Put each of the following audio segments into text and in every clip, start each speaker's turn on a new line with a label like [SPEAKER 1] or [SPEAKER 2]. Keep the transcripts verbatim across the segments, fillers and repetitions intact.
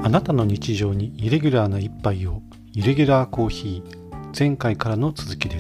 [SPEAKER 1] あなたの日常にイレギュラーな一杯を、イレギュラーコーヒー。前回からの続きです。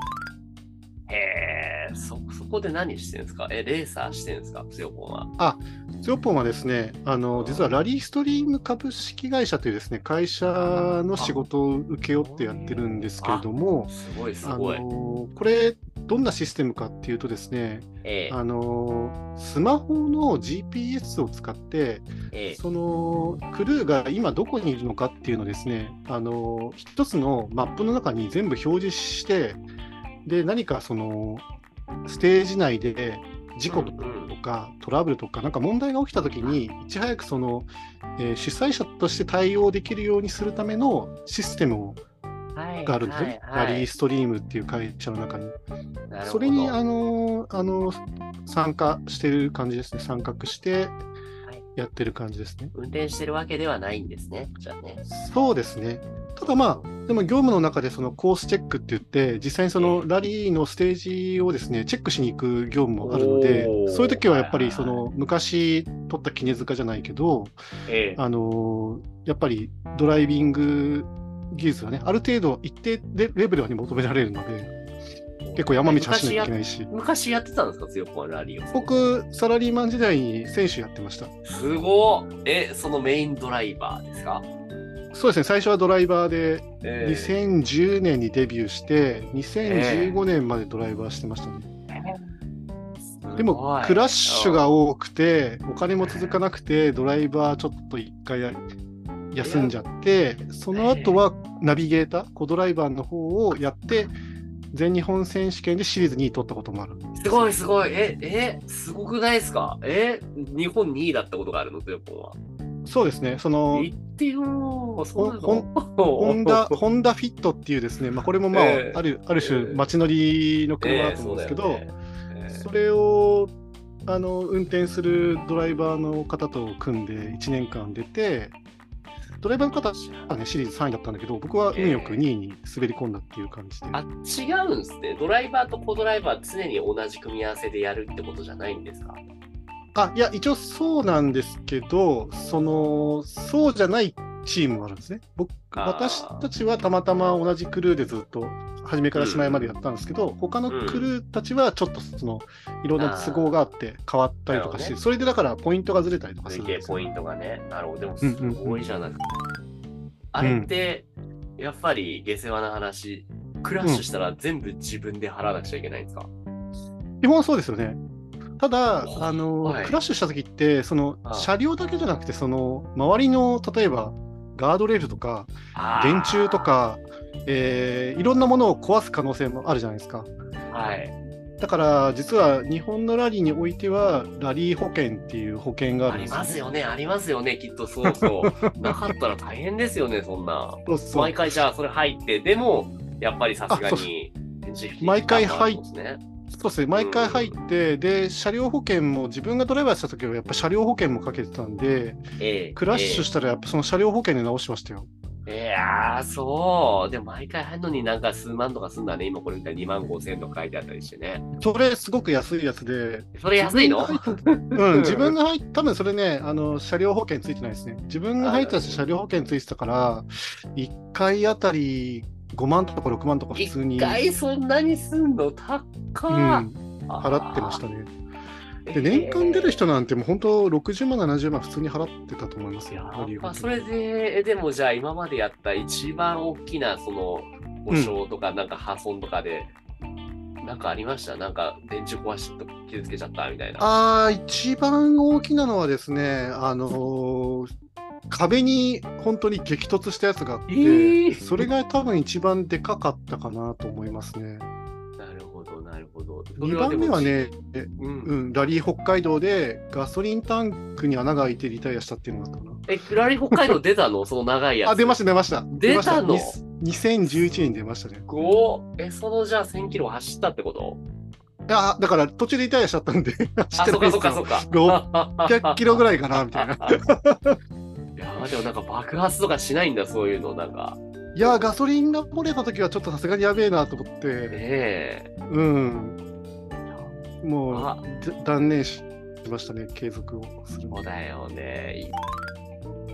[SPEAKER 2] へえ、そ、そこで何してるんですか？え、レーサーしてるんですか、つよぽんは。
[SPEAKER 1] あ、つよぽんはですね、あの、実はラリーストリーム株式会社というですね、会社の仕事を請け負ってやってるんですけれども、
[SPEAKER 2] すごいす
[SPEAKER 1] あ
[SPEAKER 2] ごい。
[SPEAKER 1] の、これ、どんなシステムかっていうとですね、
[SPEAKER 2] ええ、
[SPEAKER 1] あの、スマホの ジーピーエス を使って、
[SPEAKER 2] ええ、
[SPEAKER 1] そのクルーが今どこにいるのかっていうのをですね、あの、一つのマップの中に全部表示して、で、何かその、ステージ内で事故とかトラブルとか、なんか問題が起きたときに、いち早くその、えー主催者として対応できるようにするためのシステムを
[SPEAKER 2] はい
[SPEAKER 1] があるんですよね。
[SPEAKER 2] はいはい。
[SPEAKER 1] ラリーストリームっていう会社の中に。
[SPEAKER 2] なる
[SPEAKER 1] それに、
[SPEAKER 2] ほど。
[SPEAKER 1] あの、あの、参加してる感じですね。参画して
[SPEAKER 2] はい、
[SPEAKER 1] やってる感じですね。
[SPEAKER 2] 運転してるわけではないんですね。じゃあね。
[SPEAKER 1] そうですね。ただまあ、でも業務の中でそのコースチェックって言って、実際にそ
[SPEAKER 2] え
[SPEAKER 1] の
[SPEAKER 2] え。
[SPEAKER 1] ラリーのステージをですね、チェックしに行く業務もあるので、そういう
[SPEAKER 2] おー、はいはい
[SPEAKER 1] 時はやっぱりそ
[SPEAKER 2] は
[SPEAKER 1] の昔取った杵塚じゃないけど、
[SPEAKER 2] い。ええ。
[SPEAKER 1] あのやっぱりドライビング技術がね、ある程度一定レレベルは、ね、求められるので、結構山
[SPEAKER 2] え、
[SPEAKER 1] 道走らなきゃい
[SPEAKER 2] 昔や、
[SPEAKER 1] けないし、
[SPEAKER 2] 昔やってたんですか、つよぽんはラリーを。
[SPEAKER 1] 僕、サラリーマン時代に選手やってました。
[SPEAKER 2] すごっ。え、そのメインドライバーですか？
[SPEAKER 1] そうですね、最初はドライバーで、
[SPEAKER 2] ええ。
[SPEAKER 1] にせんじゅうねんにデビューして、2015
[SPEAKER 2] ええ。
[SPEAKER 1] 年までドライバーしてましたね。で
[SPEAKER 2] す
[SPEAKER 1] も、
[SPEAKER 2] ごい。
[SPEAKER 1] クラッシュが多くて、お金も続かなくて、ドライバーちょっと一回休んじゃって、その後はナビゲーター、コドライバーの方をやって、全日本選手権でシリーズにい取ったこともあるんですよ。
[SPEAKER 2] すごいすごい。え、え、すごくないですか？え、日本にいだったことがあるの、つよぽんは。
[SPEAKER 1] そうですね、その、
[SPEAKER 2] 言ってよー。そうな
[SPEAKER 1] ほほんホン
[SPEAKER 2] の？
[SPEAKER 1] ダ、ホンダフィットっていうですね、まあ、これもまあ、
[SPEAKER 2] え
[SPEAKER 1] ある、ある種、
[SPEAKER 2] え
[SPEAKER 1] 街乗りの
[SPEAKER 2] ええええ、
[SPEAKER 1] 車だと思うん
[SPEAKER 2] そう
[SPEAKER 1] ですけど、
[SPEAKER 2] だよね。え
[SPEAKER 1] それをあの運転するドライバーの方と組んでいちねんかん出て、ドライバーの方は、ね、シリーズさんいだったんだけど、僕は運よく
[SPEAKER 2] えええ、
[SPEAKER 1] にいに滑り込んだっていう感じで。
[SPEAKER 2] あ、違うんですね。ドライバーとコドライバー常に同じ組み合わせでやるってことじゃないんですか？
[SPEAKER 1] あ、いや、一応そうなんですけど、その、そうじゃないチームもあるんですね。僕、私
[SPEAKER 2] ああ
[SPEAKER 1] たちはたまたま同じクルーでずっと、初めか
[SPEAKER 2] ー、
[SPEAKER 1] らしまいまで
[SPEAKER 2] うん
[SPEAKER 1] やったんですけど、他の
[SPEAKER 2] うん。
[SPEAKER 1] クル
[SPEAKER 2] うん。
[SPEAKER 1] ーたちはちょっとその、いろんな都合
[SPEAKER 2] あ
[SPEAKER 1] があって変わった
[SPEAKER 2] あ、な
[SPEAKER 1] りとかして、
[SPEAKER 2] るほどね。
[SPEAKER 1] それでだからポイントがずれたりとかす
[SPEAKER 2] 累
[SPEAKER 1] るんですよね。
[SPEAKER 2] 計ポイントがね。なるほど。でもす
[SPEAKER 1] うんうんうん。
[SPEAKER 2] ごいじゃないですか。あれっ
[SPEAKER 1] うん。
[SPEAKER 2] て、やっぱり下世話な話、クラッ
[SPEAKER 1] うん。
[SPEAKER 2] シュしたら全部自分で払わなくちゃいけないんですか？
[SPEAKER 1] 基本はそうですよね。ただ、あの、
[SPEAKER 2] はい。
[SPEAKER 1] クラッシュした時って、その、
[SPEAKER 2] あ
[SPEAKER 1] 車両だけじゃなくて、その、周りの、例えば、ガードレールとか、電柱と
[SPEAKER 2] あ
[SPEAKER 1] か、えーいろんなものを壊す可能性もあるじゃないですか。
[SPEAKER 2] ー、はい。
[SPEAKER 1] だから、実は日本のラリーにおいては、ラリー保険っていう保険があ
[SPEAKER 2] あり
[SPEAKER 1] るんですよね。
[SPEAKER 2] ますよね、ありますよね、きっとそうそう。なかったら大変ですよね、そんな。
[SPEAKER 1] そうそう。
[SPEAKER 2] 毎回じゃあそれ入って、でも、やっぱりさす
[SPEAKER 1] あ、そうそう。
[SPEAKER 2] がに、ジフティ
[SPEAKER 1] 毎
[SPEAKER 2] 期間もある
[SPEAKER 1] 回入っ
[SPEAKER 2] んですね。
[SPEAKER 1] そうですね、
[SPEAKER 2] う
[SPEAKER 1] 毎回入っ
[SPEAKER 2] ん。
[SPEAKER 1] て、で、車両保険も自分がドライバーした時は、やっぱ車両保険もかけてたんで、
[SPEAKER 2] ええ、
[SPEAKER 1] クラッシュ
[SPEAKER 2] え
[SPEAKER 1] したら、やっぱその車両保険で直しましたよ。
[SPEAKER 2] え。いやー、そう。でも毎回入るのになんか数万とかすんだね。今これみたいににまんごせんとか書いてあったりしてね。
[SPEAKER 1] それ、すごく安いやつで、
[SPEAKER 2] それ
[SPEAKER 1] 自
[SPEAKER 2] 安いの？
[SPEAKER 1] 分が入った、うん、自分が入った、多分それね、あの、車両保険ついてないですね。自分が
[SPEAKER 2] あ、
[SPEAKER 1] 入った
[SPEAKER 2] なるほど。
[SPEAKER 1] 車両保険ついてたから、いっかいあたりごまんとかろくまんとか普
[SPEAKER 2] 一
[SPEAKER 1] 通に、
[SPEAKER 2] 回そんなにすんの高っ。
[SPEAKER 1] うん、払ってまし
[SPEAKER 2] あ
[SPEAKER 1] たね。
[SPEAKER 2] ー、
[SPEAKER 1] で、年間出る
[SPEAKER 2] ええ。
[SPEAKER 1] 人なんてもう本当ろくじゅうまん、ななじゅうまん普通に払ってたと思いますよ、ラ
[SPEAKER 2] やっぱそ
[SPEAKER 1] リー保険。
[SPEAKER 2] れで、えでもじゃあ今までやった一番大きなその故
[SPEAKER 1] うん。
[SPEAKER 2] 障とかなんか破損とかで、なんかありました？なんか電池壊して傷つけちゃったみたいな。
[SPEAKER 1] ああ、一番大きなのはですね、あのー壁に本当に激突したやつがあって、
[SPEAKER 2] ええ
[SPEAKER 1] それが多分一番でかかったかなと思いますね。
[SPEAKER 2] なるほど、なるほど。それは
[SPEAKER 1] 2番
[SPEAKER 2] でもじ、
[SPEAKER 1] 目はね、
[SPEAKER 2] うん。
[SPEAKER 1] うん、ラリー北海道でガソリンタンクに穴が開いてリタイアしたっていうのだったかな。
[SPEAKER 2] え、ラリー北海道出たの？その長いや
[SPEAKER 1] あ、出まし
[SPEAKER 2] つ。
[SPEAKER 1] た、出ました。出
[SPEAKER 2] 出
[SPEAKER 1] ました。に
[SPEAKER 2] たの？
[SPEAKER 1] にせんじゅういちねんに出ましたね。
[SPEAKER 2] ごえ、そのじゃあせんキロ走ったってこと？
[SPEAKER 1] いや、だから途中でリタイアしちゃったんで走っ
[SPEAKER 2] あ、そっかそっ
[SPEAKER 1] てないですよ。
[SPEAKER 2] かそっか。
[SPEAKER 1] ろっぴゃくキロぐらいかな、みたいな。
[SPEAKER 2] いやーでもなんか爆発とかしないんだ、そういうの、なんか。
[SPEAKER 1] いや、ガソリンが漏れた時はちょっとさすがにやべえなと思っ
[SPEAKER 2] ね
[SPEAKER 1] て、
[SPEAKER 2] え。
[SPEAKER 1] うん、もう
[SPEAKER 2] あ、
[SPEAKER 1] 断念しましたね、継続をするの。
[SPEAKER 2] そうだよね。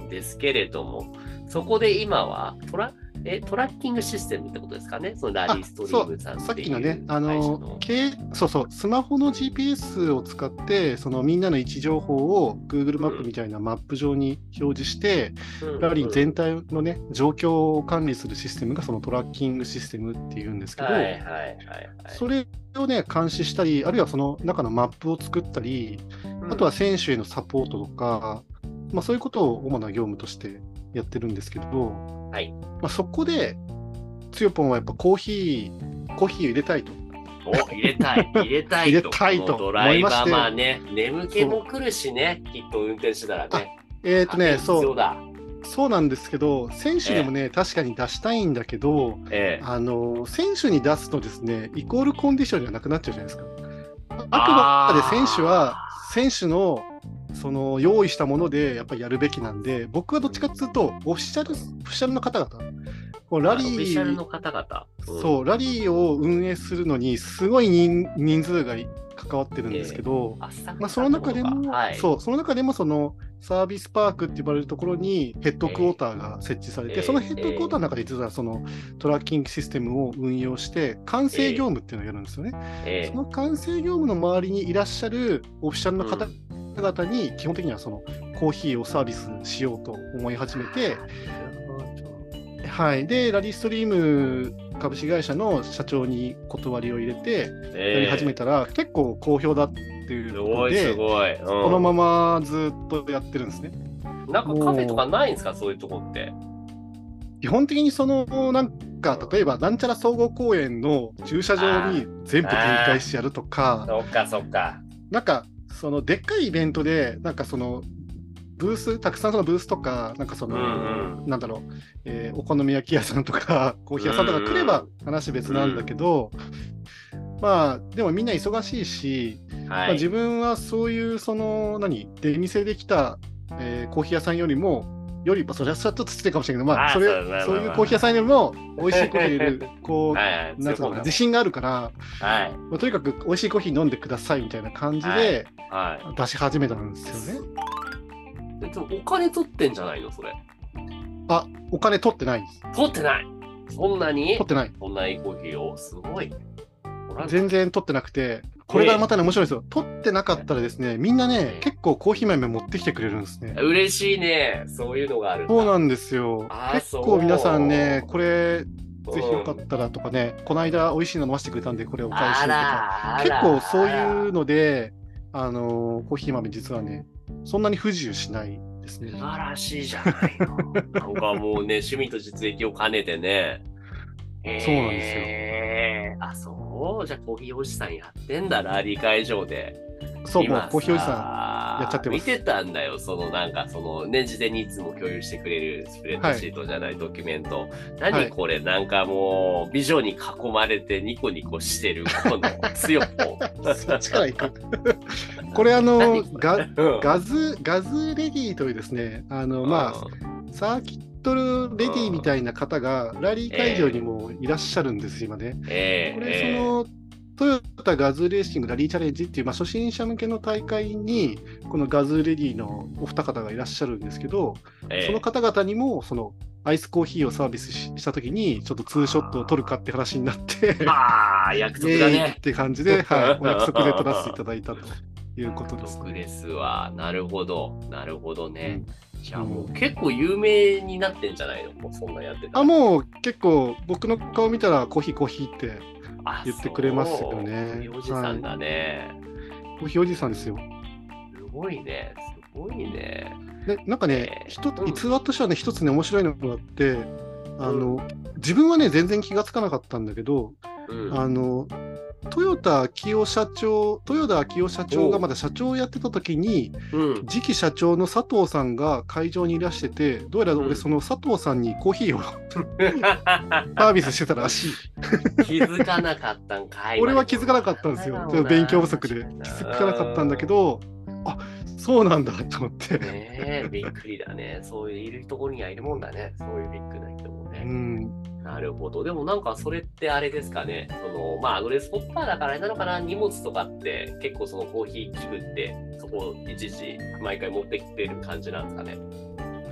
[SPEAKER 2] んですけれども、そこで今はトラえトラッキングシステムってことですかね、そのラリーストリームさん
[SPEAKER 1] さっ
[SPEAKER 2] っていう
[SPEAKER 1] きのね、あ
[SPEAKER 2] 会社
[SPEAKER 1] の、けそうそう、スマホの ジーピーエス を使って、そのみんなの位置情報を Google マップみたいなマップ上に表示して、
[SPEAKER 2] うん
[SPEAKER 1] ラリー全体のね、状況を管理するシステムがそのトラッキングシステムっていうんですけど、
[SPEAKER 2] はいはいはいはい。
[SPEAKER 1] それをね、監視したり、あるいはその中のマップを作ったり、あとは選手へのサポートとか、まあ、そういうことを主な業務としてやってるんですけど、
[SPEAKER 2] はい
[SPEAKER 1] まあ、そこで、つよぽんはやっぱコーヒー、コーヒーを入れたいと。
[SPEAKER 2] お、入れたい、入れたいと。
[SPEAKER 1] 入れたいと
[SPEAKER 2] このドライバー、
[SPEAKER 1] 思いまして
[SPEAKER 2] まあね、眠気も来るしね、きっと運転してたらね。
[SPEAKER 1] えっ、とね、そう、
[SPEAKER 2] 必要だ。
[SPEAKER 1] そうなんですけど、選手でもね、確かに出したいんだけど、
[SPEAKER 2] ええ。
[SPEAKER 1] あの、選手に出すとですね、イコールコンディションにはなくなっちゃうじゃないですか。あくまで選手は、選手のその用意したものでやっぱりやるべきなんで、僕はどっちかというと、オフィシャル、オフィシャルの方々、こうラリー、
[SPEAKER 2] オフィシャルの方々、
[SPEAKER 1] うん、そう、ラリーを運営するのに、すごい 人, 人数が関わってるんですけど、えー、まあ、その中でも、はい、そう、その中でもそのサービスパークって呼ばれるところにヘッドクォーターが設置されて、えー、そのヘッドクォーターの中で実はそのトラッキングシステムを運用して、管制業務っていうのをやるんですよね。えー、その管制業務の周りにいらっしゃるオフィシャルの方々に、基本的にはそのコーヒーをサービスしようと思い始めて、はい、で、ラリーストリーム株式会社の社長に断りを入れて、やり始めたら、えー、結構好評だっていうことで、
[SPEAKER 2] すごいすごい、うん、
[SPEAKER 1] このままずっとやってるんですね。
[SPEAKER 2] なんかカフェとかないんですか、そういうとこって。
[SPEAKER 1] 基本的にその、なんか、例えば、なんちゃら総合公園の駐車場に全部展開してやるとか、
[SPEAKER 2] そっかそっか。
[SPEAKER 1] なんか、そのでっかいイベントで、なんかその、ブース、たくさんそのブースとか、なんかその、うんうん、なんだろう、えー、お好み焼き屋さんとか、コーヒー屋さんとか来れば話別なんだけど、うんうん、まあ、でもみんな忙しいし、はい、まあ、自分はそういう、その、何、出店できた、えー、コーヒー屋さんよりも、より、それはちょっと失礼かもしれないけど、まあ、それ、そういうコーヒー屋さんよりも、美味しいコーヒー入れる、こう、はいはい、なんつうのかな、自信があるから、はいまあ、とにかく美味しいコーヒー飲んでくださいみたいな感じで、出し始めたんですよね。
[SPEAKER 2] でもお金取ってんじゃないのそれ。
[SPEAKER 1] あ、お金取ってないです。
[SPEAKER 2] 取ってない。そんなに
[SPEAKER 1] 取ってない。
[SPEAKER 2] そんないいコーヒーをすごい。
[SPEAKER 1] 全然取ってなくて、これがまたね、面白いですよ。取ってなかったらですね、みんなね、結構コーヒー豆持ってきてくれるんですね。
[SPEAKER 2] 嬉しいね。そういうのがある。
[SPEAKER 1] そうなんですよ。結構皆さんね、これ、ぜひよかったらとかね、この間美味しいの飲ませてくれたんで、これお返しとか。結構そういうので、あのー、コーヒー豆実はね、そんなに不自由しないですね。
[SPEAKER 2] 素晴らしいじゃないの。なんかもうね、趣味と実益を兼ねてね。
[SPEAKER 1] えー、そうなんです
[SPEAKER 2] よ。あ、そうじゃあコーヒーおじさんやってんだ、ラリー会場で。
[SPEAKER 1] そう、もうコーヒーおじさんやっちゃってます。
[SPEAKER 2] 見てたんだよ、そのなんか、そのね、事前にいつも共有してくれるスプレッドシートじゃない、はい、ドキュメント。何これ、はい、なんかもう、美女に囲まれてニコニコしてる、この強ぽん。
[SPEAKER 1] そっちから行く。これあのガ、ガズ、ガズレディというですね、あの、まあ、サーキットレディみたいな方が、ラリー会場にもいらっしゃるんです、今ね。
[SPEAKER 2] えー、
[SPEAKER 1] これ、その、トヨタガズレーシングラリーチャレンジっていう、まあ、初心者向けの大会に、このガズレディのお二方がいらっしゃるんですけど、えー、その方々にも、その、アイスコーヒーをサービスしたときに、ちょっとツーショットを撮るかって話になって、
[SPEAKER 2] ああ、約束だね。
[SPEAKER 1] って感じで、はい、お約束で撮らせていただいたということです、
[SPEAKER 2] ね。ですわ。なるほど。なるほどね。うん、じゃあもう結構有名になってんじゃないの？もうそんなやってた。
[SPEAKER 1] あ、もう結構僕の顔見たらコーヒーコーヒーって言ってくれますよね。
[SPEAKER 2] コーヒーおじさんだね、
[SPEAKER 1] はい。コーヒーおじさんですよ。
[SPEAKER 2] すごいね。すごいね。
[SPEAKER 1] でなんかね、えー、一つ逸話としてはね、一つね、面白いのがあって、あの、うん、自分はね、全然気がつかなかったんだけど、うん、あの、豊田昭夫社長、豊田昭夫社長がまだ社長をやってた時に、うん、次期社長の佐藤さんが会場にいらしてて、どうやら俺その佐藤さんにコーヒーをサービスしてたらしい。
[SPEAKER 2] 気づかなかったんかい。
[SPEAKER 1] 俺は気づかなかったんですよ。ちょっと勉強不足で気づかなかったんだけど、あ、そうなんだと思って。
[SPEAKER 2] ねえ、びっくりだね。そういういるところにはいるもんだね。そういうビッグな人もね。うんなるほど。でもなんかそれってあれですかね。そのまあアドレスホッパーだからあれなのかな。荷物とかって結構そのコーヒー器具ってそこを一時毎回持ってきてる感じなんですかね。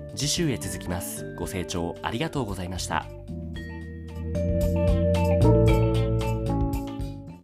[SPEAKER 3] 次週へ続きます。ご清聴ありがとうございました。